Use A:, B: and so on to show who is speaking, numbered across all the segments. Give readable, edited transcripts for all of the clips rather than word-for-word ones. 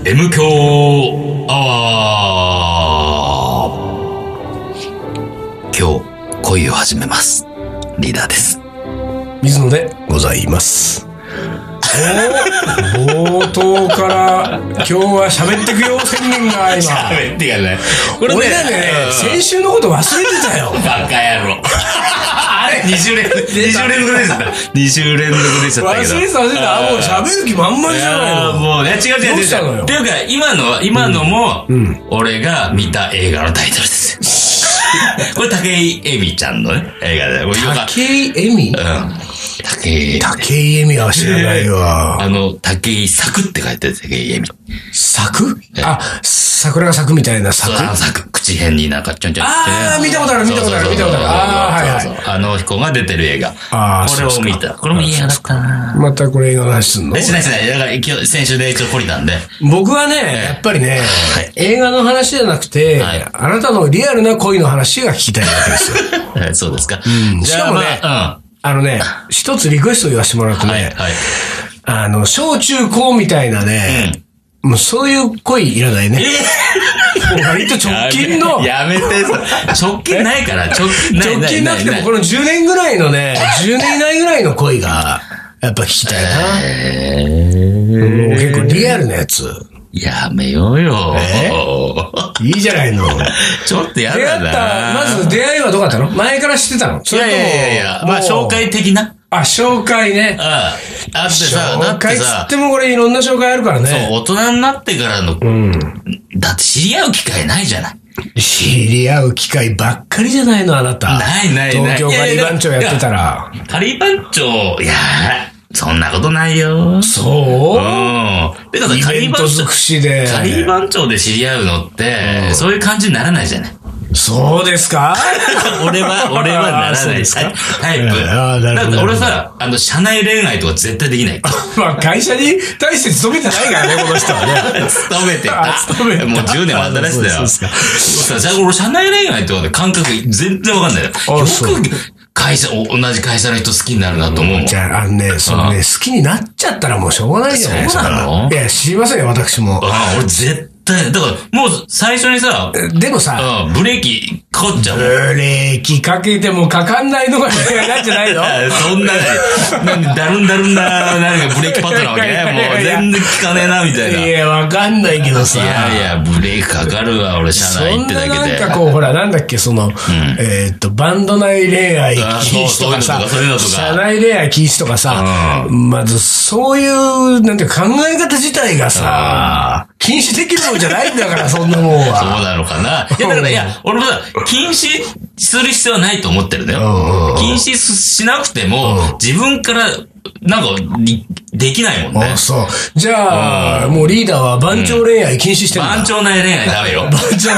A: M 強アワー。今日恋を始めます。リーダーです。
B: 水野でございます。冒頭から今日は喋ってくよ宣言が今
A: 喋ってやるね。
B: これね、俺ね、先週のこと忘れてたよ。
A: バカ野郎。あれ2週連続でした。2週連続でしたけど。
B: 忘れてた。もう喋る気満々じゃないの。
A: もうね、違う。
B: どうしたのよ。
A: っていうか、今のも、俺が見た映画のタイトルですよ。これ、武井絵美ちゃんのね、映画で。
B: 武井絵美？武井絵美は知らないわ。
A: 武井咲って書いてある、武井絵美。
B: 咲く？あ、桜が咲くみたいな咲く？
A: 咲く。口辺になんかちょんちょん。
B: ああ、見たことある。ああ、はいはい。
A: あの子が出てる映画。これを見た。これもいい映画だったな。
B: またこれ映画の話すんの？
A: しない。だから今日、先週で一応懲りたんで。
B: 僕はね、やっぱりね、映画の話じゃなくて、あなたのリアルな恋の話が聞きたいわけですよ。
A: そうですか。
B: しかもね、一つリクエストを言わせてもらうとね、小中高みたいなね、もうそういう恋いらないね。割と直近の。
A: やめてさ。直近ないから、直
B: 近なくてもこの10年ぐらいのね、10年以内ぐらいの恋が、やっぱ聞きたいな。もう結構リアルなやつ。
A: やめようよ。
B: いいじゃないの。
A: ちょっとやだな。
B: まず出会いはどうだったの？前から知ってたの？
A: いや。まあ、紹介的な。
B: 紹介ね。
A: だってさ、
B: 紹介つってもこれいろんな紹介あるからね。
A: そう、大人になってからの、だって知り合う機会ないじゃない。
B: 知り合う機会ばっかりじゃないの、あなた。
A: ない。
B: 東京カリー番長やってたら。
A: カリー番長、そんなことないよ。
B: そう？
A: てかさ、
B: イベント尽くしで。
A: カリー番長で知り合うのって、そういう感じにならないじゃない。
B: そうですか？
A: 俺はならないタイプ。だって俺さ、社内恋愛とか絶対できない。
B: まあ会社に大して勤めてないからね、この人はね。
A: 勤めてた。もう10年も働いてたよ。じゃあ俺社内恋愛とかで感覚全然わかんないよ。よく同じ会社の人好きになるなと思うもん。
B: じゃあ、好きになっちゃったらもうしょうがないじゃないですか。
A: そうなの？
B: いや、知りませんよ、私も。
A: 俺絶対、だからもう最初にさ、
B: でもさ、
A: ブレーキかかっちゃう。
B: ブレーキかけてもかかんないのが恋愛なんじゃないの？
A: そんなね、だるんな、何かブレーキパッドなわけね。もう全然効かねえな、みたいな。
B: いや、わかんないけどさ。
A: いや、ブレーキかかるわ、俺、社内行ってだけで。
B: そんななんかこう、ほら、なんだっけ、バンド内恋愛禁止とかさ、社内恋愛禁止とかさ、まずそういう、なんていう考え方自体がさ、禁止できるもんじゃないんだから、そんなもんは。
A: そうなのかな。俺もさ、禁止する必要はないと思ってるんだよ。禁止しなくても、自分から、なんか、できないもんね。
B: そう。じゃあ、もうリーダーは番長恋愛禁止してるんだ。
A: 番長内恋愛ダメよ。
B: 番長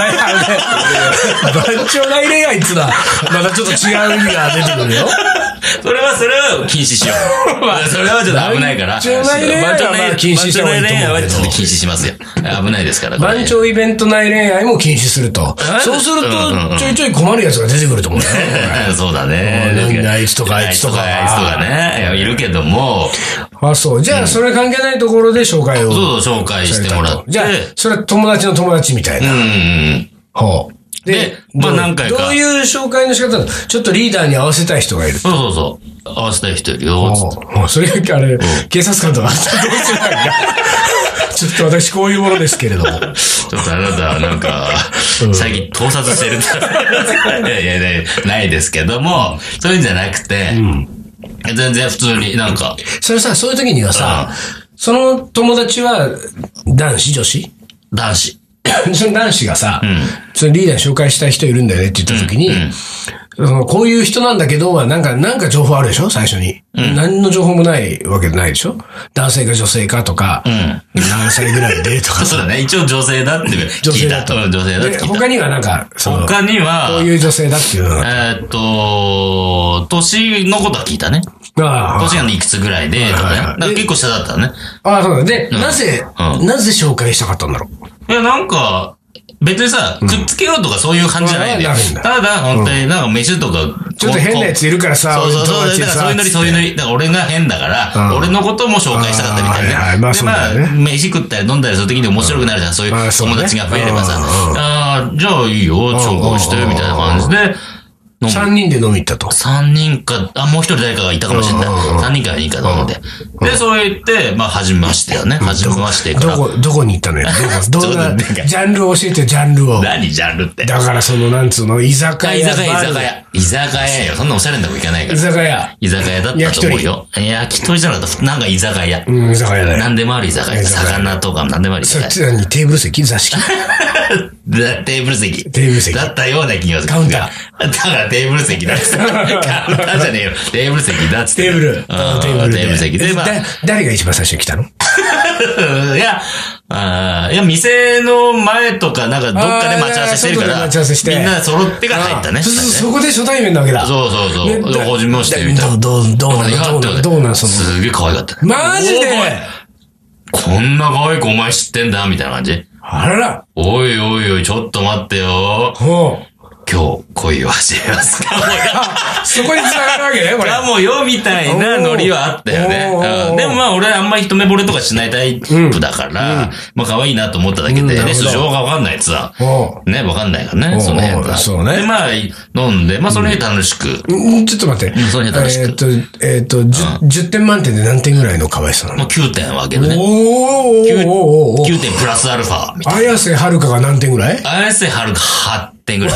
B: 内恋愛っつうのは、またちょっと違う意味が出てくるよ。
A: それは禁止しよう。それはちょっと危ないから。
B: 番長内恋愛は禁止した方がいいと思う。
A: 番長内恋愛はちょっと禁止しますよ。危ないですから。
B: 番長イベント内恋愛も禁止すると。そうすると、ちょいちょい困るやつが出てくると思うね。
A: そうだね。
B: あいつとか。
A: ね。いるけども。
B: そう。じゃあ、それ関係ないところで紹介を。
A: そう、紹介してもらって。
B: じゃあ、それは友達の友達みたいな。で、
A: 何回か。
B: どういう紹介の仕方だ？ちょっとリーダーに合わせたい人がいる。
A: そう。合わせたい人いるよ。
B: それが、警察官とかどうするんだちょっと私こういうものですけれども。ちょっ
A: とあなたはなんか、最近盗撮してるんだ。いや、ないですけども、そういうんじゃなくて、全然普通になんか。
B: それさ、そういう時にはさ、その友達は男子女子？
A: 男子。
B: その男子がさ、そのリーダーに紹介したい人いるんだよねって言った時に、こういう人なんだけど、なんか情報あるでしょ最初に。何の情報もないわけないでしょ男性か女性かとか、何歳ぐらいでとか。
A: そうだね。一応女性だって聞いた。女性だって聞いた。
B: 他にはなんか、
A: 他には、
B: こういう女性だっていうのが。
A: 年のことは聞いたね。年がいくつぐらいで、とかね。結構下だったね。
B: そうだ。で、なぜ紹介したかったんだろう。
A: いや、なんか、別にさ、くっつけようとかそういう感じじゃないんだよ。ただ、本当になんか飯とか
B: ちょっと変なやついるからさ、
A: そう。だからそういうノリ。だから俺が変だから、俺のことも紹介したかったみたいなね。で、飯食ったり飲んだりするときに面白くなるじゃん。そういう友達が増えればさ。じゃあいいよ、紹介して、みたいな感じで。
B: 3人で飲み行ったと。
A: 3人か、もう一人誰かがいたかもしれない。3人か4人か飲んで。で、そう言って、初めましてよね。初めましてから。
B: どこに行ったのよ。どんな、ジャンルを教えて、ジャンルを。
A: 何ジャンルって。
B: だからなんつうの、居酒屋。
A: 居酒屋よ。そんなおしゃれなとこ行かないから。
B: 居酒屋。
A: 居酒屋だったと思うよ。焼き鳥じゃなかった。なんか居酒屋。
B: 居酒屋だよ。
A: 何でもある居酒屋。魚とかも何でもある居酒屋。
B: そっち何テーブル席座敷
A: テーブル席。だったような気がする。
B: カウンター。
A: だからテーブル席だっつって。カウンターじゃねえよ。テーブル席だっつって。
B: テーブル。
A: テーブル席で。
B: 誰が一番最初に来たの？
A: いや、店の前とか、なんかどっかで待ち合わせしてるから、みんな揃ってから入ったね。
B: そこで初対面なわけだ。
A: そう。はじめまして、みたいな。
B: どうなん
A: すげえ可愛かった。
B: マジで
A: こんな可愛い子お前知ってんだみたいな感じ。
B: あら。
A: おい、ちょっと待ってよ。今日、恋を始めますかもよ。
B: そこに繋がるわけね、これ。
A: かもよ、みたいなノリはあったよね。でも俺あんまり一目惚れとかしないタイプだから、可愛いなと思っただけで、素性がわかんないやつは。ね、わかんないからね、その辺が。
B: そうね。
A: で、飲んで、その辺楽しく。
B: ちょっと待って。
A: その辺楽しく。
B: 10点満点で何点ぐらいの可愛さなの？
A: もう9点はあげるね。9点プラスアルファ。
B: 綾瀬はるかが何点ぐらい？
A: 綾瀬はるか8点ぐらい。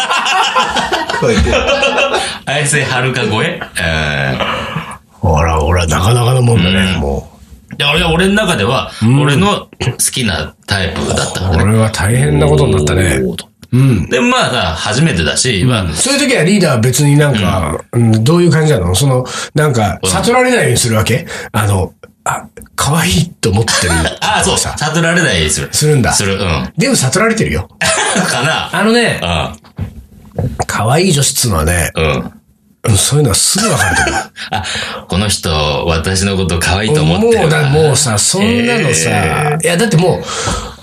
A: 綾瀬はるか超え？
B: ほら、なかなかのもんだね、もう。
A: いや、俺の中では、俺の好きなタイプだったからね。
B: 俺は大変なことになったね。
A: でも初めてだし、
B: そういう時はリーダーは別になんか、どういう感じなの？なんか、悟られないようにするわけ？可愛いと思ってる。
A: そう。悟られないようにする。
B: するんだ。
A: する。
B: でも悟られてるよ。
A: かな？
B: 可愛い女子っつうのはね、そういうのはすぐ分かると思う。
A: この人、私のこと可愛いと思ってるわ。
B: もうさ、そんなのさ、いや、だってもう、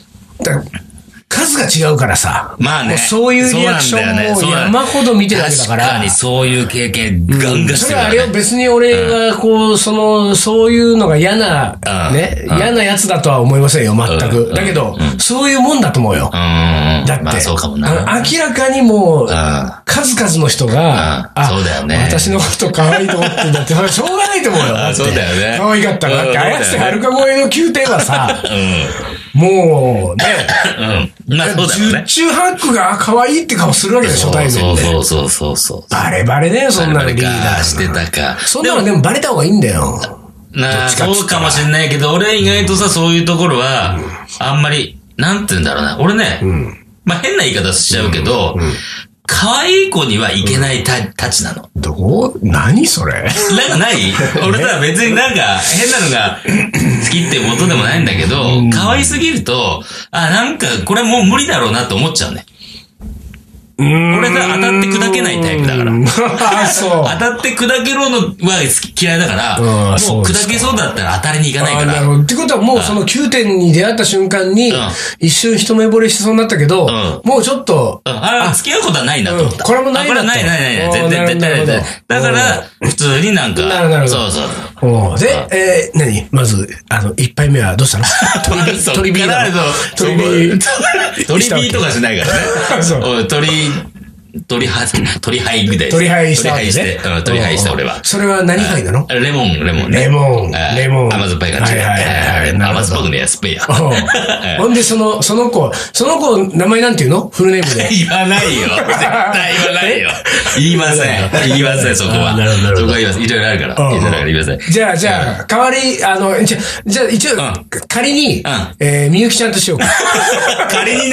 B: 数が違うからさ。そういうリアクションを山ほど見てるわけだから。
A: 確かにそういう経験ガンガンしてる、
B: それはあれよ、別に俺がそういうのが嫌なやつだとは思いませんよ、全く。だけど、そういうもんだと思うよ。だって、
A: そうかもな。
B: 明らかにもう、数々の人が、
A: そうだよね。
B: 私のこと可愛いと思ってんだって、それしょうがないと思うよ。
A: そうだよね。
B: 可愛かったから。だって、綾瀬はるか超えの9点はさ、もうね、十中八九が可愛いって顔するわけでしょ、初対面で。
A: そう。
B: バレバレだよ、そんなのリーダー。
A: してたか。
B: そんなのでもバレた方がいいんだよ。
A: そうかもしれないけど、俺意外とさ、そういうところは、あんまり、なんて言うんだろうな。俺ね、変な言い方しちゃうけど、可愛い子にはいけないたちなの。
B: 何それ？
A: なんかない俺さ、別になんか変なのが好きってことでもないんだけど、可愛すぎると、なんかこれもう無理だろうなって思っちゃうね。俺が当たって砕けないタイプだから。当たって砕けろのは嫌いだから、もう砕けそうだったら当たりに行かないから。
B: なるほど。ってことはもうその9点に出会った瞬間に、一瞬一目惚れしそうになったけど、もうちょっと、
A: 付き合うことはないなと思った。
B: これもないなと。
A: これはない。全然ない。だから、普通になんか、そう。
B: で、まず、一杯目はどうしたの？鳥ビーだ。
A: 鳥ビーとかしないからね。そう。鳥ハイぐらい。
B: 鳥ハイしたわけね。
A: 鳥ハイした俺は。
B: それは何ハイなの？
A: レモンね。
B: レモン。
A: 甘酸っぱい感じ。甘酸っぱくね、酸っぱいや。
B: ほんで、その子、名前なんていうの？フルネームで。
A: 言わないよ。絶対言わないよ。言いません、そこは。
B: なるほど。
A: そこは言いません。いろいろあるから。言いません。
B: じゃあ、代わり、じゃあ、一応、仮に、みゆきちゃんとしようか。
A: 仮に。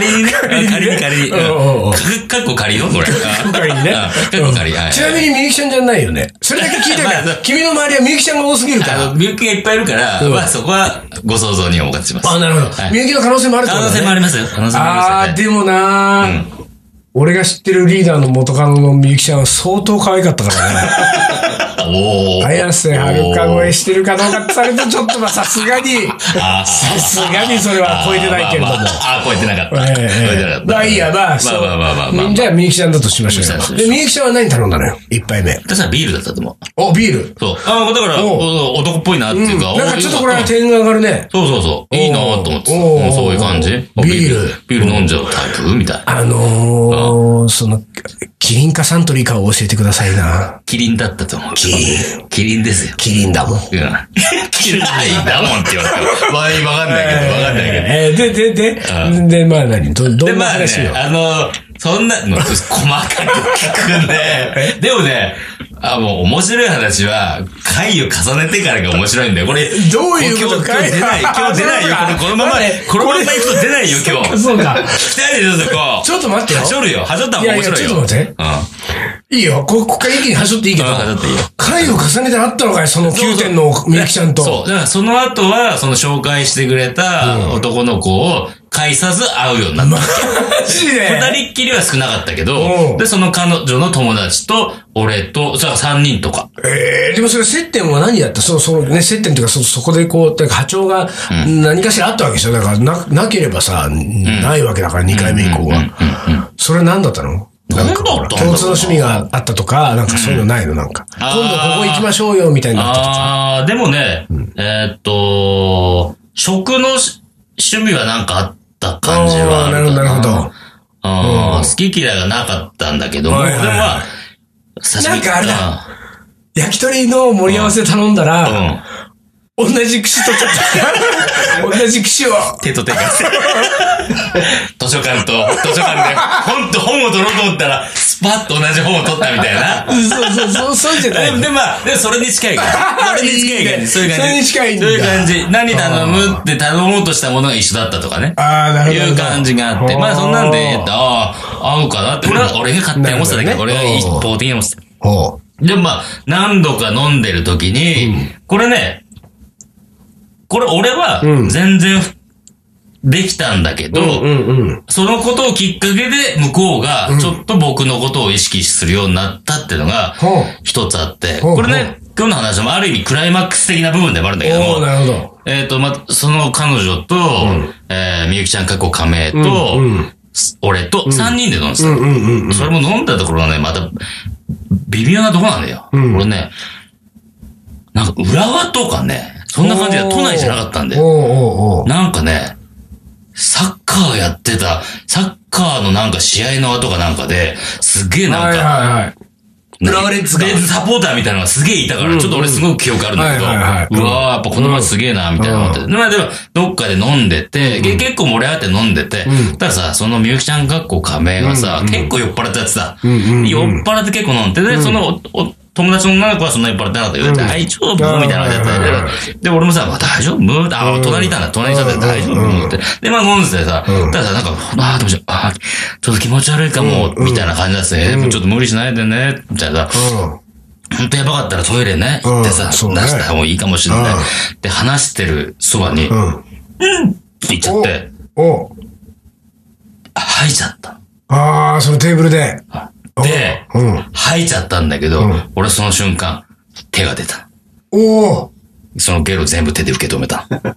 A: かっこ仮のこれ。
B: 仮にね。ちなみにみゆきちゃんじゃないよね。それだけ聞いてるから、君の周りはみゆきちゃんが多すぎるから。
A: みゆきがいっぱいいるから、そこはご想像にお任せします。
B: なるほど。みゆきの可能性もあるってことね。
A: 可能性もありますよ。
B: でもな俺が知ってるリーダーの元カノのみゆきちゃんは相当可愛かったからね。
A: おー。
B: 綾瀬はるか超えしてるかどうかってされると、ちょっとさすがにそれは超えてないけれども。
A: 超えてなかった。超えてなかった。
B: まあいいや、まあ。じゃあ、みゆきちゃんだとしましょうよ。で、みゆきちゃんは何頼んだのよ？一杯目。
A: 私はビールだったと思う。
B: お、ビール。
A: そう。だから、男っぽいなっていうか。
B: なんかちょっとこれは点が上がるね。
A: そう。いいなと思って。そういう感じ。
B: ビール
A: 飲んじゃうタイプみたいな。
B: キリンかサントリーかを教えてくださいな。
A: キリンだったと思う。キリンですよ。
B: キリンだもん。
A: キリンだもんって言われても。わかんないけど。
B: で、まあ何どんな話よ。
A: そんな、細かく聞くんで、でもね、もう面白い話は、回を重ねてからが面白いんだよ。これ、
B: どういうこと
A: 今日出ないよ。このまま行くと出ないよ、今日。
B: そうか。
A: 二人で
B: ちょっと待ってよ。
A: はしょるよ。はしょった方が面白いよ。
B: ちょっと待って。いいよ。ここから一気にはしょっていいけど。回を重ねてあったのかい、その9点のみゆきちゃんと。
A: そう。だからその後は、その紹介してくれた男の子を介さず会うようになった。マ
B: ジで
A: 二人っきりは少なかったけど、で、その彼女の友達と、俺と、3人とか。
B: でもそれ接点は何だった接点というか、そこで波長が何かしらあったわけでしょ。だからなければさ、ないわけだから、2回目以降は。それ何だったの？
A: なんか共
B: 通の趣味があったとか、なんかそういうのないの？なんか。今度ここ行きましょうよ、みたいになったとか。
A: でもね、食の趣味はなんかあった感じはあるかな。
B: なるほど。
A: 好き嫌いがなかったんだけども、でもまあ、
B: なんかあれだ。焼き鳥の盛り合わせ頼んだら、同じ串取っちゃった。同じ串を。
A: 手と手が。図書館で、本を取ろうと思ったら、スパッと同じ本を取ったみたいな。
B: そうじゃない。
A: で、それに近い感じ。そういう感じ。
B: それに近いんだ。
A: そういう感じ。何頼むって頼もうとしたものが一緒だったとかね。
B: なるほど。
A: いう感じがあって。まあそんなんで、合うかなって。俺が勝手に思ってたんだけど、俺が一方的に思ってた。でもまあ、何度か飲んでる時に、これ俺は全然できたんだけど、そのことをきっかけで向こうがちょっと僕のことを意識するようになったっていうのが一つあって、これね、今日の話もある意味クライマックス的な部分でもあるんだけども、
B: なるほ
A: ど。その彼女と、みゆきちゃん亀と、俺と3人で飲んでた。それも飲んだところがね、また微妙なとこなんだよ。俺ね、なんか浦和とかね、そんな感じで都内じゃなかったんだよ。なんかね、サッカーのなんか試合の後かなんかで、すげえなんか、
B: 浦和レッズ
A: サポーターみたいなのがすげえいたから、ちょっと俺すごく記憶あるんだけど、うわー、やっぱこの街すげえな、みたいな思ってて。まあでも、どっかで飲んでて、結構盛り上がって飲んでて、たださ、そのみゆきちゃん亀がさ、結構酔っ払ったやつさ、酔っ払って結構飲んでて、その、友達の女の子はそんなに酔っ払ってなかったけど、大丈夫みたいな感じだったで、俺もさ、大丈夫隣にいたんだ。隣にいたんだ。大丈夫って。で、まあ飲んでてさ、たださ、なんか、でもちょっと気持ち悪いかも、みたいな感じだってね。ちょっと無理しないでね、みたいなさ。本当やばかったらトイレね、行ってさ、出した方がいいかもしれない。で、話してるそばに、って言っちゃって、吐いちゃった。
B: そのテーブルで。
A: で、吐いちゃったんだけど、俺その瞬間、手が出た。そのゲロ全部手で受け止めた。ダ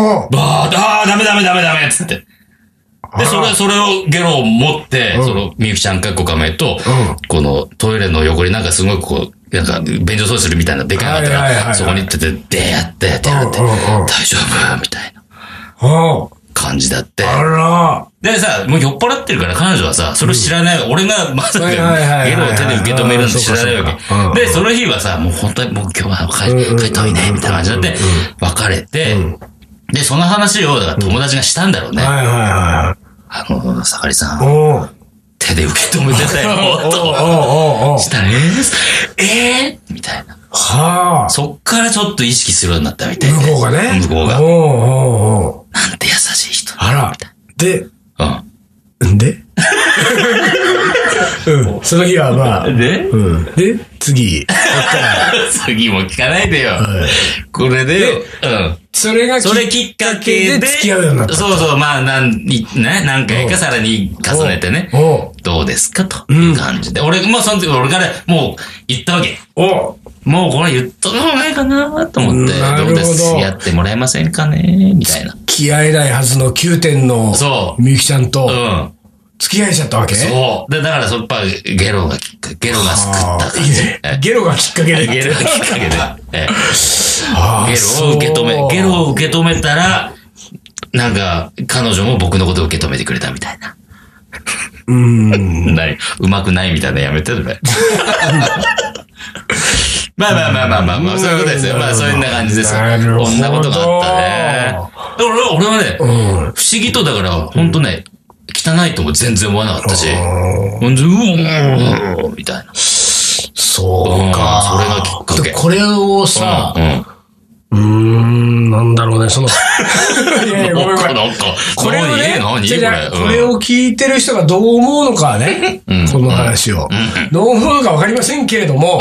A: メっつって。で、それをゲロを持って、その、みゆきちゃん亀と、このトイレの横になんかすごくなんか、便所掃除するみたいなでかいのがあったら、そこに行ってて、でやって、大丈夫みたいな。感じだって。でさ、もう酔っ払ってるから彼女はさ、それを知らない。俺がまさかゲロを手で受け止めるの知らないわけ。で、その日はさ、もう本当にもう今日は帰った方がいいね、みたいな感じになって、別れて、で、その話を、だから友達がしたんだろうね。盛りさん、手で受け止めてたよ、と。したら、みたいな。そっからちょっと意識するようになったみたいで。
B: 向こうがね。
A: 向こうが。なんて優しい人。
B: で、その日はまあ。で、次。
A: 次も聞かないでよ。これで、
B: それきっかけで付き合うようになった。
A: そう、まあ、何回かさらに重ねてね。どうですかという感じで。俺、もうその時俺からもう言ったわけ。 もうこれ言っとかないかなと思って、どうですやってもらえませんかねみたいな。
B: 付き合えないはずの9点のみゆきちゃんと、付き合えちゃったわけ？
A: そう。で、だからやっぱゲロが救った感じ。
B: ゲロがきっかけで。
A: ゲロがきっかけで。ゲロを受け止めたら、なんか、彼女も僕のことを受け止めてくれたみたいな。うまくないみたいなやめてるね。まあ、そういうことですよ。まあ、そういう感じですよ。こんなことがあったね。俺はね、不思議とだから、ほんとね、汚いとも全然思わなかったし、ほんと、みたいな。
B: そうか。
A: それがきっかけ。
B: これをさ、なんだろうね、いやいや、ごめん。これをね、これを聞いてる人がどう思うのかね、この話を。どう思うのかわかりませんけれども、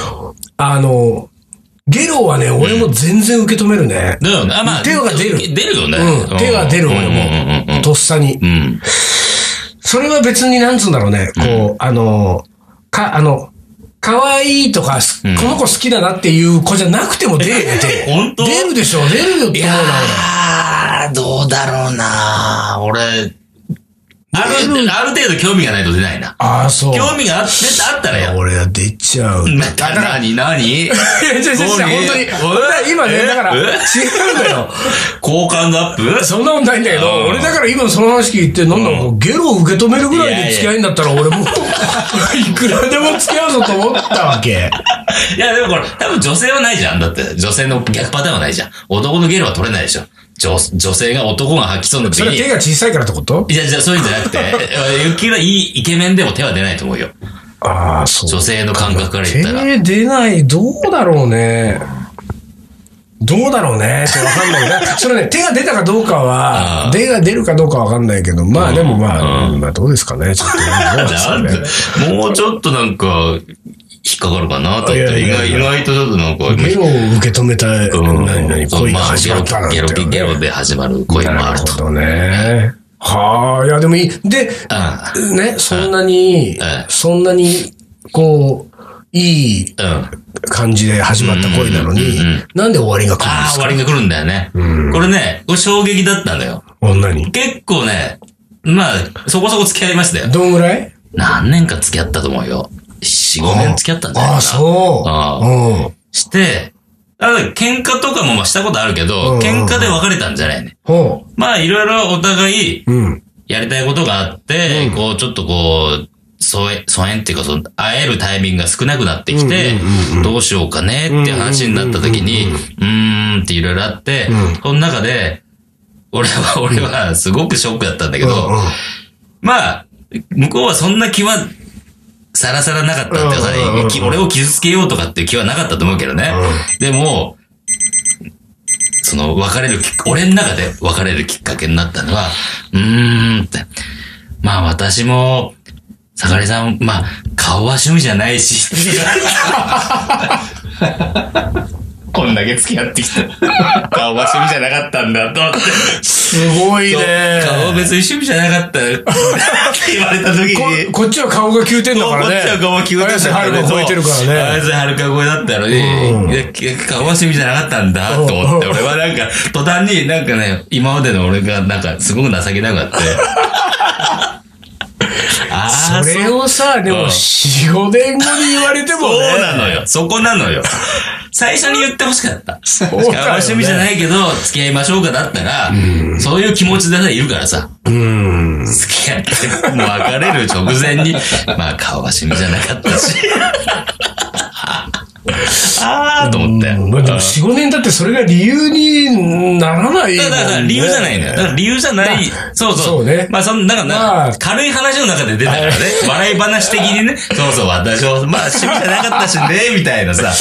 B: ゲロはね、俺も全然受け止めるね。手が出る。
A: 出るよね。
B: 手が出る、俺も。とっさに。それは別になんつうんだろうね、こう、可愛いとか、この子好きだなっていう子じゃなくても出るよ、
A: 本当？
B: 出るでしょ、出るよって思う
A: な、俺。どうだろうな、俺。ある程度興味がないと出ないな。
B: ああ、そう。
A: 興味があったらや。
B: 俺は出ちゃう。
A: 何
B: いや、本当に。今ね、だから、違うんだよ。
A: 好感度アップ？
B: そんなことないんだけど、俺だから今その話聞いて、なんだろう、ゲロを受け止めるぐらいで付き合いんだったら、俺も、いくらでも付き合うぞと思ったわけ。
A: いや、でもこれ、多分女性はないじゃん。だって、女性の逆パターンはないじゃん。男のゲロは取れないでしょ。女性が男が吐きそうな時に。
B: それ手が小さいからってこと？
A: いや、そういうんじゃなくて、雪はいいイケメンでも手は出ないと思うよ。
B: ああ、そう。
A: 女性の感覚から言ったら。
B: 手出ない、どうだろうね。どうだろうねってわかんないけど、それね、手が出たかどうかは、手が出るかどうかわかんないけど、まあでもまあどうですかね、ちょっ
A: と。もうちょっとなんか、引っかかるかなと思って、意外とちょっとなんか。
B: ゲロを受け止めた、恋が始まったなんて、
A: ね。ゲロで始まる恋もあると。
B: なるほどね。はあ、いやでもいい。で、ね、そんなに、こう、いい感じで始まった恋なのに、なんで終わりが来るんですか？
A: 終わりが来るんだよね。これね、衝撃だったんだよ。
B: 何？
A: 結構ね、まあ、そこそこ付き合いましたよ。
B: どんぐらい？
A: 何年か付き合ったと思うよ。4、5年付き合ったんじゃないかな。
B: あ、そう。
A: して、喧嘩とかもしたことあるけど、喧嘩で別れたんじゃないね。まあ、いろいろお互い、やりたいことがあって、こう、ちょっとこう、疎遠っていうか、会えるタイミングが少なくなってきて、どうしようかねって話になった時に、っていろいろあって、その中で、俺はすごくショックだったんだけど、まあ、向こうはそんな気は、さらさらなかったっていうか、俺を傷つけようとかっていう気はなかったと思うけどね。でも、俺の中で別れるきっかけになったのは、って。まあ私も、盛りさん、まあ、顔は趣味じゃないし、って言われた。こんだけ付き合ってきた。顔は趣味じゃなかったんだ、と思って。
B: すごいね。
A: 顔別に趣味じゃなかったって言われた時に。
B: こっちは顔が9点だからね。
A: こっちは顔が9点だからね。
B: 綾瀬はるか超えてるからね。
A: 綾瀬はるか超えだったのに、顔は趣味じゃなかったんだ、と思って。俺はなんか、途端になんかね、今までの俺がなんか、すごく情けなくなって。
B: それをさ、でも4、5年後に言われてもね。
A: そうなのよ。そこなのよ。最初に言ってほしかった。顔は趣味じゃないけど、付き合いましょうかだったら、そういう気持ちでいるからさ。付き合って、もう別れる直前に、まあ顔は趣味じゃなかったし。と思って。
B: でも4、5年だってそれが理由にならない。
A: だから理由じゃないんだよ。だから理由じゃない。そうね。まあなんか軽い話の中で出たからね。笑い話的にね。そう私は、まあ趣味じゃなかったしね、みたいなさ。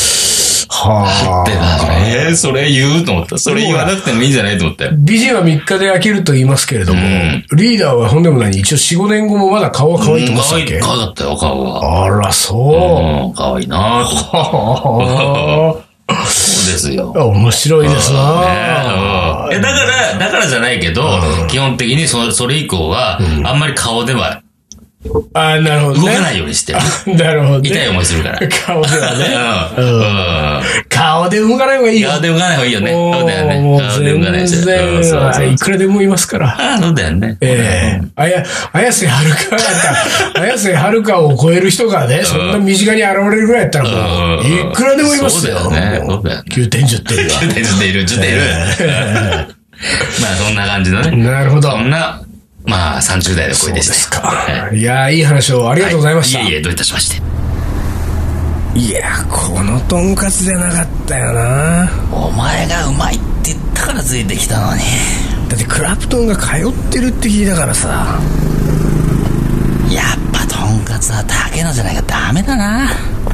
A: それ言うと思った。それ言わなくてもいいんじゃないと思って。
B: 美人は3日で飽きると言いますけれども、リーダーはほんでもないに一応4、5年後もまだ顔は可愛いと思ってたっけ？
A: 可愛かったよ、顔は。
B: あら、そう。
A: 可愛いなぁと。そうですよ。
B: 面白いですな
A: ぁ。だからじゃないけど、基本的にそれ以降は、あんまり顔では
B: あ、なるほどね。
A: 動かないようにしてる。
B: なるほどね。
A: 痛い思いするから。
B: 顔ではね。顔で動かない方がいいよ。
A: 顔で動かない方がいいよね。そうだよね。
B: もう全然、いくらでもいますから。
A: ああ、そうだよね。
B: 綾瀬はるかを超える人がね、そんな身近に現れるぐらいやったらもう、いくらでもいますよ。
A: そうだよね。そうだよね。
B: 9点10点が。
A: 9点10点いる、10点いる。まあそんな感じのね。
B: なるほど。
A: そんな、まあ30代の声でした。
B: そうですか。いや、いい話をありがとうございました。
A: いえいえ、どういたしまして。
B: いや、このとんかつじゃなかったよな。
A: お前がうまいって言ったからついてきたのに。
B: だってクラプトンが通ってるって聞いたからさ。
A: やっぱとんかつは竹野じゃないかダメだな。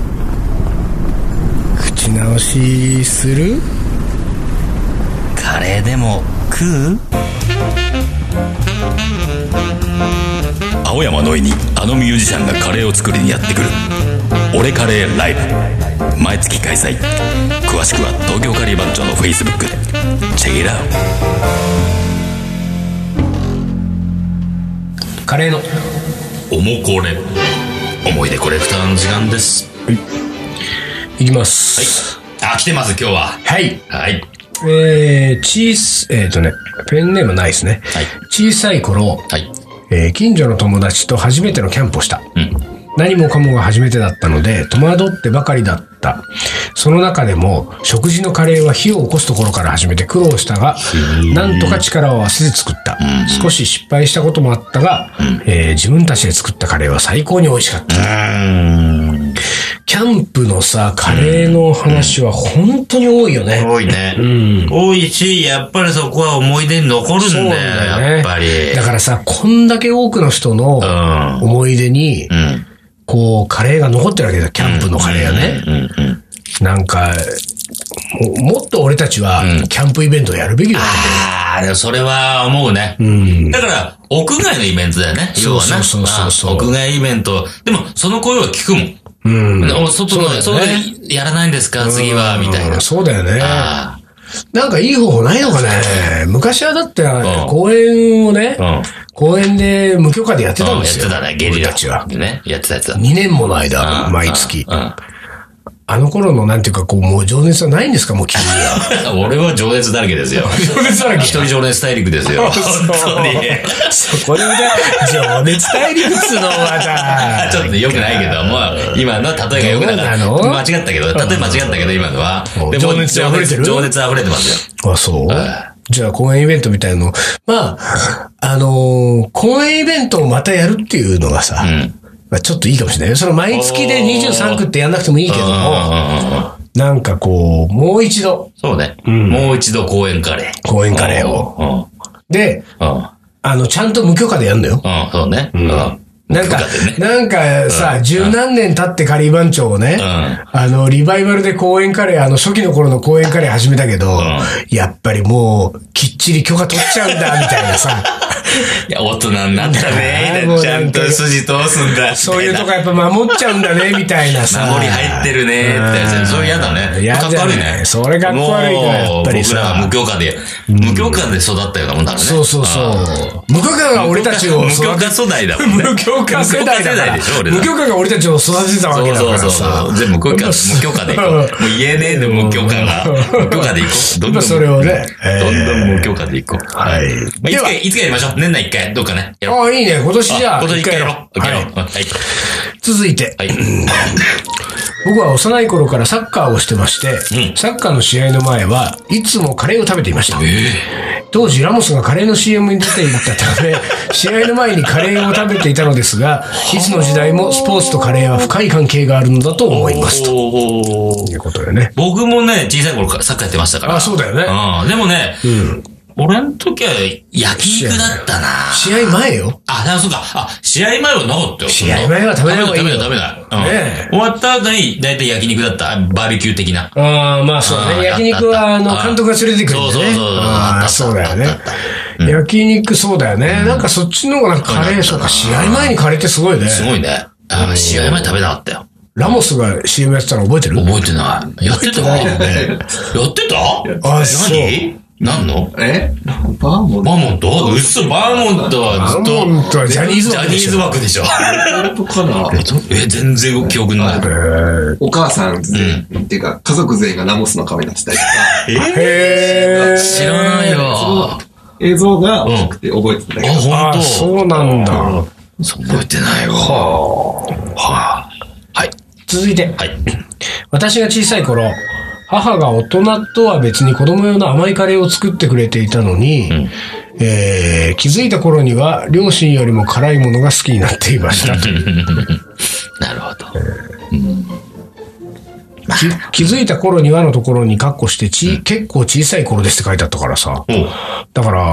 B: 口直しする？
A: カレーでも食う？青山のいにあのミュージシャンがカレーを作りにやってくる。俺カレーライブ毎月開催。詳しくは東京カリー番長の Facebook でチェックイットアウト。
B: カレーの
A: おもこれ思い出コレクターの時間です。
B: いきます。
A: はい。あ、来てます今日は。
B: はい。
A: はい。
B: ペンネームないですね。
A: はい。
B: 小さい頃、
A: はい。
B: 近所の友達と初めてのキャンプをした。
A: うん。
B: 何もかもが初めてだったので、戸惑ってばかりだった。その中でも、食事のカレーは火を起こすところから始めて苦労したが、なんとか力を合わせて作った。少し失敗したこともあったが、自分たちで作ったカレーは最高に美味しかった。キャンプのさ、カレーの話は本当に多いよね。
A: 多いね。多いし、やっぱりそこは思い出に残るんだよ、やっぱり。
B: だからさ、こんだけ多くの人の思い出に、こう、カレーが残ってるわけだよ、キャンプのカレーがね。なんか、もっと俺たちは、キャンプイベントをやるべきだよね。
A: ああ、それは思うね。だから、屋外のイベントだよね。要はね。
B: そう。
A: 屋外イベント。でも、その声は聞くもん。外でやらないんですか次は、みたいな。
B: そうだよね。なんかいい方法ないのかね。昔はだって、公園をね、公園で無許可でやってたんですよ。
A: やってたね、ゲリラ。
B: たちは。
A: ね、やってた。
B: 2年もの間、毎月。あの頃のなんていうか、こう、もう情熱はないんですか、もう君には。
A: 俺は情熱だらけですよ。
B: 情熱だらけ。
A: 一人情熱大陸ですよ。本当に。
B: そこで情熱大陸っつうのまた。
A: ちょっと良くないけど、もう、今の例えが良くなかった。間違ったけど、例え間違ったけど、今のは。
B: 情熱溢れてる？
A: 情熱溢れてますよ。
B: あ、そう？じゃあ、公演イベントみたいの。まあ、公演イベントをまたやるっていうのがさ、ちょっといいかもしれないよ。その毎月で23区ってやんなくてもいいけども、なんかこう、もう一度。
A: そうね。もう一度公園カレー。
B: 公園カレーを。で、ちゃんと無許可でやんのよ。
A: そうね。
B: なんかさ、十何年経ってカリー番長をね、リバイバルで公園カレー、初期の頃の公園カレー始めたけど、やっぱりもう、きっちり許可取っちゃうんだ、みたいなさ。
A: いや、大人になったね。ちゃんと筋通すんだ。
B: そういうとこやっぱ守っちゃうんだね、みたいなさ。
A: 守り入ってるね、みたいな。それ嫌だね。かっこ悪いね。
B: それかっこ悪いから、やっぱりさ。
A: 僕らは無許可で育ったようなもんだからね。
B: そう。無許可が俺たちを
A: 無許可世代だもんね。
B: 無許可世代でしょ、俺ら。無許可が俺たちを育てたわけだからさ。
A: そう。全部無許可でいこう。もう言えねえで無許可が。無許可でいこう。どんどん。
B: それをね。
A: どんどん無許可でいこう。
B: はい。
A: いつかやりましょう。年内1回。どうかね。
B: ああ、いいね。今年じゃあ。
A: 今年1回やろう。はい。
B: 続いて。僕は幼い頃からサッカーをしてまして、サッカーの試合の前はいつもカレーを食べていました。当時ラモスがカレーの CM に出ていたため、試合の前にカレーを食べていたのですが、いつの時代もスポーツとカレーは深い関係があるのだと思いますと。いうことでね。
A: 僕もね、小さい頃からサッカーやってましたから。
B: あ、そうだよね。
A: でもね、俺の時は焼肉だったな。
B: 試合前よ。
A: そうか。試合前はなかったよ。
B: 試合前は食べない方がいいよ。
A: 食べない。終わった後に大体焼肉だった。バーベキュー的な。
B: まあそうね。焼肉は監督が連れてくるんでね。そうだよね。焼肉そうだよね。なんかそっちの方がカレー、そうか。試合前にカレーってすごいね。
A: すごいね。試合前食べなかったよ。
B: ラモスが CM やってたの覚えてる？
A: 覚えてない。やってた？やってた？
B: 何？
A: なんの
C: バーモント
A: 嘘、バーモントはずっと。
B: バーモントはジャニーズ枠でしょ。
A: ジャニーズ枠でしょ。
C: 本当かな
A: 全然記憶ない。
C: お母さんっていうか、家族全員がラモスの顔になってたりとか。
B: へー。
A: 知らないよ。
C: 映像が大きくて覚えてたんだけど。
A: 本当。
B: そうなんだ。
A: 覚えてないわ。はい。
B: 続いて。
A: はい。
B: 私が小さい頃、母が大人とは別に子供用の甘いカレーを作ってくれていたのに、気づいた頃には両親よりも辛いものが好きになっていました。
A: なるほど。
B: 気づいた頃にはのところにカッコして結構小さい頃ですって書いてあったからさ。だから、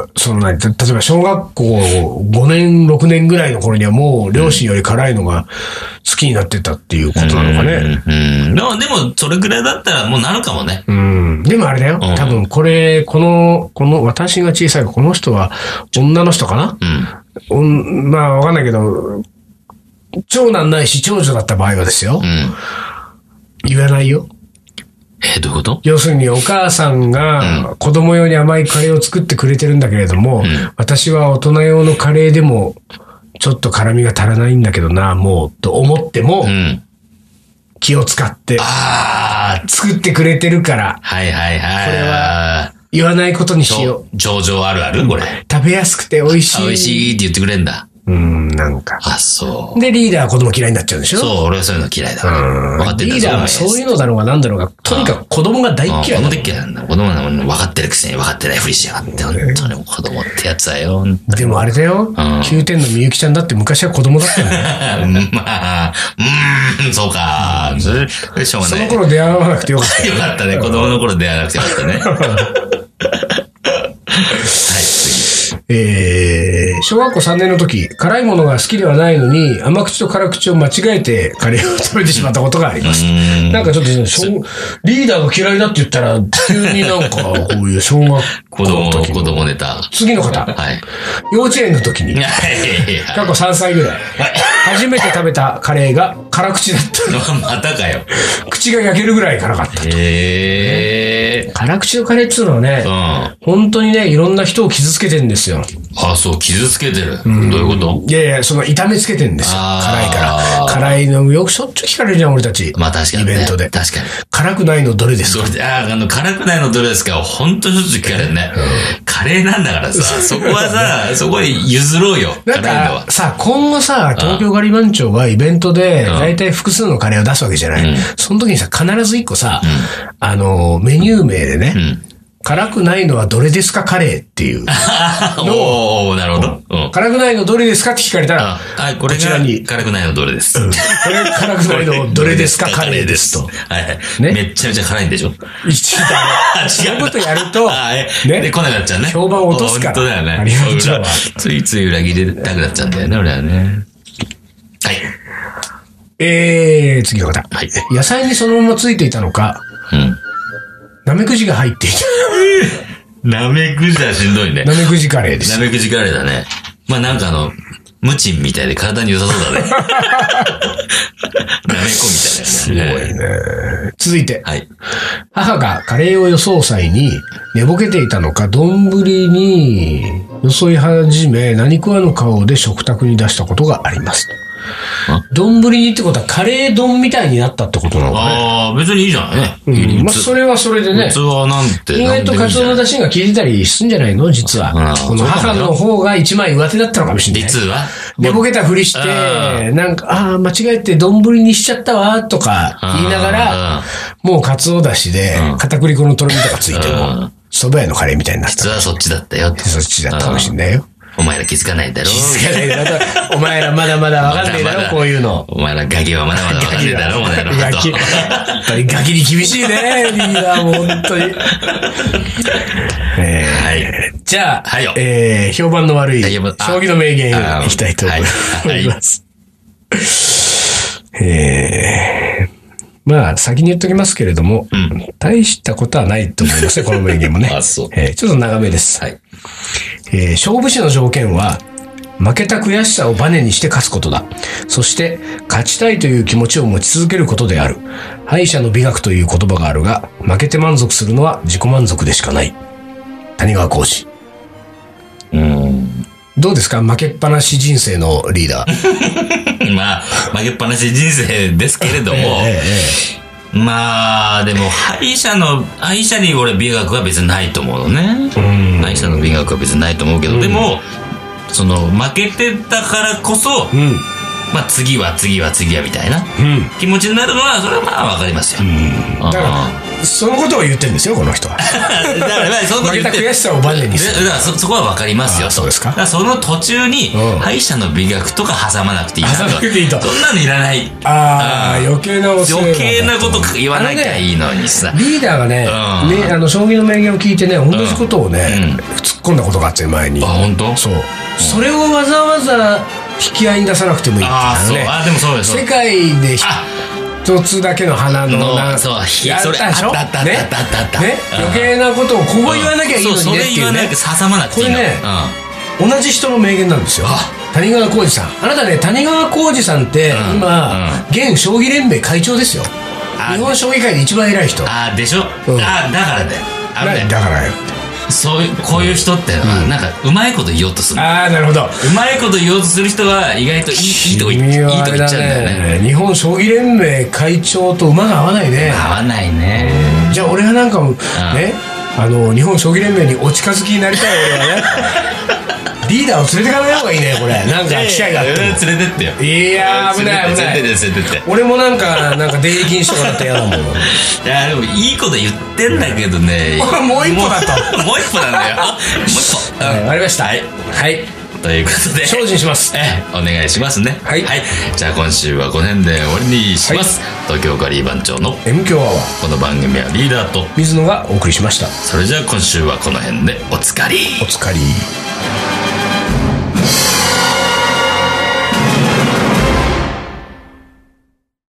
B: 例えば小学校5年、6年ぐらいの頃にはもう両親より辛いのが好きになってたっていうことなのかね。
A: でも、それぐらいだったらもうなるかもね。
B: でもあれだよ。多分この私が小さい頃、この人は女の人かな？まあわかんないけど、長男ないし長女だった場合はですよ。言わないよ。
A: どういうこと？
B: 要するにお母さんが子供用に甘いカレーを作ってくれてるんだけれども、私は大人用のカレーでもちょっと辛みが足らないんだけどな、もう、と思っても、気を使って作ってくれてるから、
A: はいはいはい。
B: これは言わないことにしよう。
A: 上々あるあるこれ。
B: 食べやすくて美味しい。
A: 美味しいって言ってくれんだ。
B: なんか。
A: そう。
B: で、リーダーは子供嫌いになっちゃうんでしょ？
A: そう、俺はそういうの嫌いだ。分かってんだ。
B: リーダーはそういうのだろうがなんだろうが、とにかく子供が大嫌いだ。
A: 子供大嫌いなんだ。子供なのに分かってるくせに分かってないふりしやがって。本当に子供ってやつだよ。
B: でもあれだよ。9点のみゆきちゃんだって昔は子供だったんだよ。
A: まあ、そうか。それしょうがない。
B: その頃出会わなくてよかった。
A: よかったね。子供の頃出会わなくてよかったね。
B: 小学校3年の時、辛いものが好きではないのに、甘口と辛口を間違えてカレーを食べてしまったことがあります。なんかちょっと、リーダーが嫌いだって言ったら、急になんか、こういう小学校の時
A: 子供ネタ。
B: 次の方。
A: はい。
B: 幼稚園の時に、過去3歳ぐらい。初めて食べたカレーが辛口だった。
A: またかよ。
B: 口が焼けるぐらい辛かったと。辛口のカレーっていうのはね、本当にね、いろんな人を傷つけてるんですよ。
A: そう、傷つけてる。どういうこと？
B: いや、痛めつけてるんですよ。辛いから。辛いのよくしょっちゅう聞かれるじゃん、俺たち。
A: まあ確かに。
B: イベントで。
A: 確かに。
B: 辛くないのどれですか？
A: 辛くないのどれですか？本当にしょっちゅう聞かれるね。カレーなんだからさ、そこはさ、そこ譲ろうよ。
B: なんかさ、今後さ、東京ガリバン長がイベントで、だいたい複数のカレーを出すわけじゃない。その時にさ、必ず一個さ、メニュー名でね、辛くないのはどれですかカレーっていう
A: おー、なるほど。
B: 辛くないのどれですかって聞かれたら、
A: これが辛くないのどれです。
B: これ辛くないのどれですかカレーですと。
A: めっちゃめちゃ辛いんでしょ？
B: 違う。そういうことやると、
A: で、来なくなっちゃうね。
B: 評判落とすから。
A: 本当だよね。ついつい裏切りたくなっちゃうんだよね、俺はね。はい。
B: 次の方。野菜にそのままついていたのか、なめくじが入っていた。
A: なめくじはしんどいね。
B: なめくじカレーです。
A: なめくじカレーだね。まあなんかムチンみたいで体に良さそうだね。なめこみたいな。
B: すごいね。続いて。
A: はい。
B: 母がカレーをよそう際に寝ぼけていたのか、丼によそい始め、何食わぬ顔で食卓に出したことがあります。丼にってことはカレー丼みたいになったってことなのかね。
A: 別にいいじゃないね。
B: まあそれはそれでね。
A: 器なんて。
B: 意外とカツオの出汁が効いてたりするんじゃないの実は。この母の方が一枚上手だったのかもしれない。
A: 実は
B: 寝ぼけたふりして、なんか、間違えて丼にしちゃったわ、とか言いながら、もうカツオ出汁で片栗粉のとろみとかついても、蕎麦屋のカレーみたいになった。
A: 実はそっちだったよって。
B: そっちだったかもしれないよ。
A: お前ら気づかないだろ。
B: 気づかないだろ。お前らまだまだわかんないだろ、こういうの。
A: お前らガキはまだまだわかんないだろ、お前ら。
B: ガキ。やっぱりガキに厳しいね、リーダーも本当に。はい。じゃあ、評判の悪い、将棋の名言いきたいと思います。まあ、先に言っときますけれども、大したことはないと思いますね、この名言もね。ちょっと長めです。勝負師の条件は、負けた悔しさをバネにして勝つことだ。そして、勝ちたいという気持ちを持ち続けることである。敗者の美学という言葉があるが、負けて満足するのは自己満足でしかない。 谷川浩司。どうですか負けっぱなし人生のリーダー。
A: まあ、負けっぱなし人生ですけれども、まあ、でも、敗者に俺美学は別にないと思うのね。敗者の美学は別にないと思うけど、でも、負けてたからこそ、まあ、次はみたいな気持ちになるのは、それはまあわかりますよ。
B: だから、そのことを言ってるんですよ、この人は。
A: だから、そのこと
B: 負けた悔しさをバネにする。
A: だからそこはわかりますよ。
B: そうですか。
A: だからその途中に、敗者の美学とか挟まなくていいなと。
B: 挟まなくていいと。
A: そんなのいらない。
B: 余計なお世話。
A: 余計なこと言わなきゃいいのにさ。
B: リーダーがね、将棋の名言を聞いてね、同じことをね、突っ込んだことがあって前に。
A: あ、本当？
B: そう。それをわざわざ引き合いに出さなくてもいいっていうね。
A: でもそうです。
B: 世界で一つだけの花の
A: そう、
B: やったでしょ。
A: あった。
B: ね、余計なことをここ言わなきゃいいのにねっていうね。
A: それ言わなきゃ挟まなくていいの。
B: これね、同じ人の名言なんですよ。谷川浩司さん。あなたね、谷川浩司さんって今現将棋連盟会長ですよ。日本将棋界で一番偉い人。
A: でしょ。だからだよ。
B: だからよ。
A: こういう人ってのは、なんか、うまいこと言おうとする。
B: なるほど。
A: うまいこと言おうとする人は、意外といいとこ行っちゃうんだよね。
B: 日本将棋連盟会長と馬が合わないね。
A: 合わないね。
B: じゃあ、俺がなんかも、ね、日本将棋連盟にお近づきになりたい俺はね。リーダーを連れてかない方がいいね、これ。なんか、機会があっても。
A: 連れてってよ。
B: いやー、危ない。
A: 連れてって。
B: 俺もなんか出入り禁止とかだったら嫌だもん。
A: いや、でも、いいこと言ってんだけどね。
B: もう一歩だと。
A: もう一歩なんだよ。もう一歩。
B: わかりました。はい。
A: ということで。
B: 精進します。
A: お願いしますね。
B: はい。
A: じゃあ、今週はこの辺で終わりにします。東京カリー番長の
B: M 強アワー。
A: この番組はリーダーと
B: 水野がお送りしました。
A: それじゃあ、今週はこの辺でおつかり。
B: おつかり。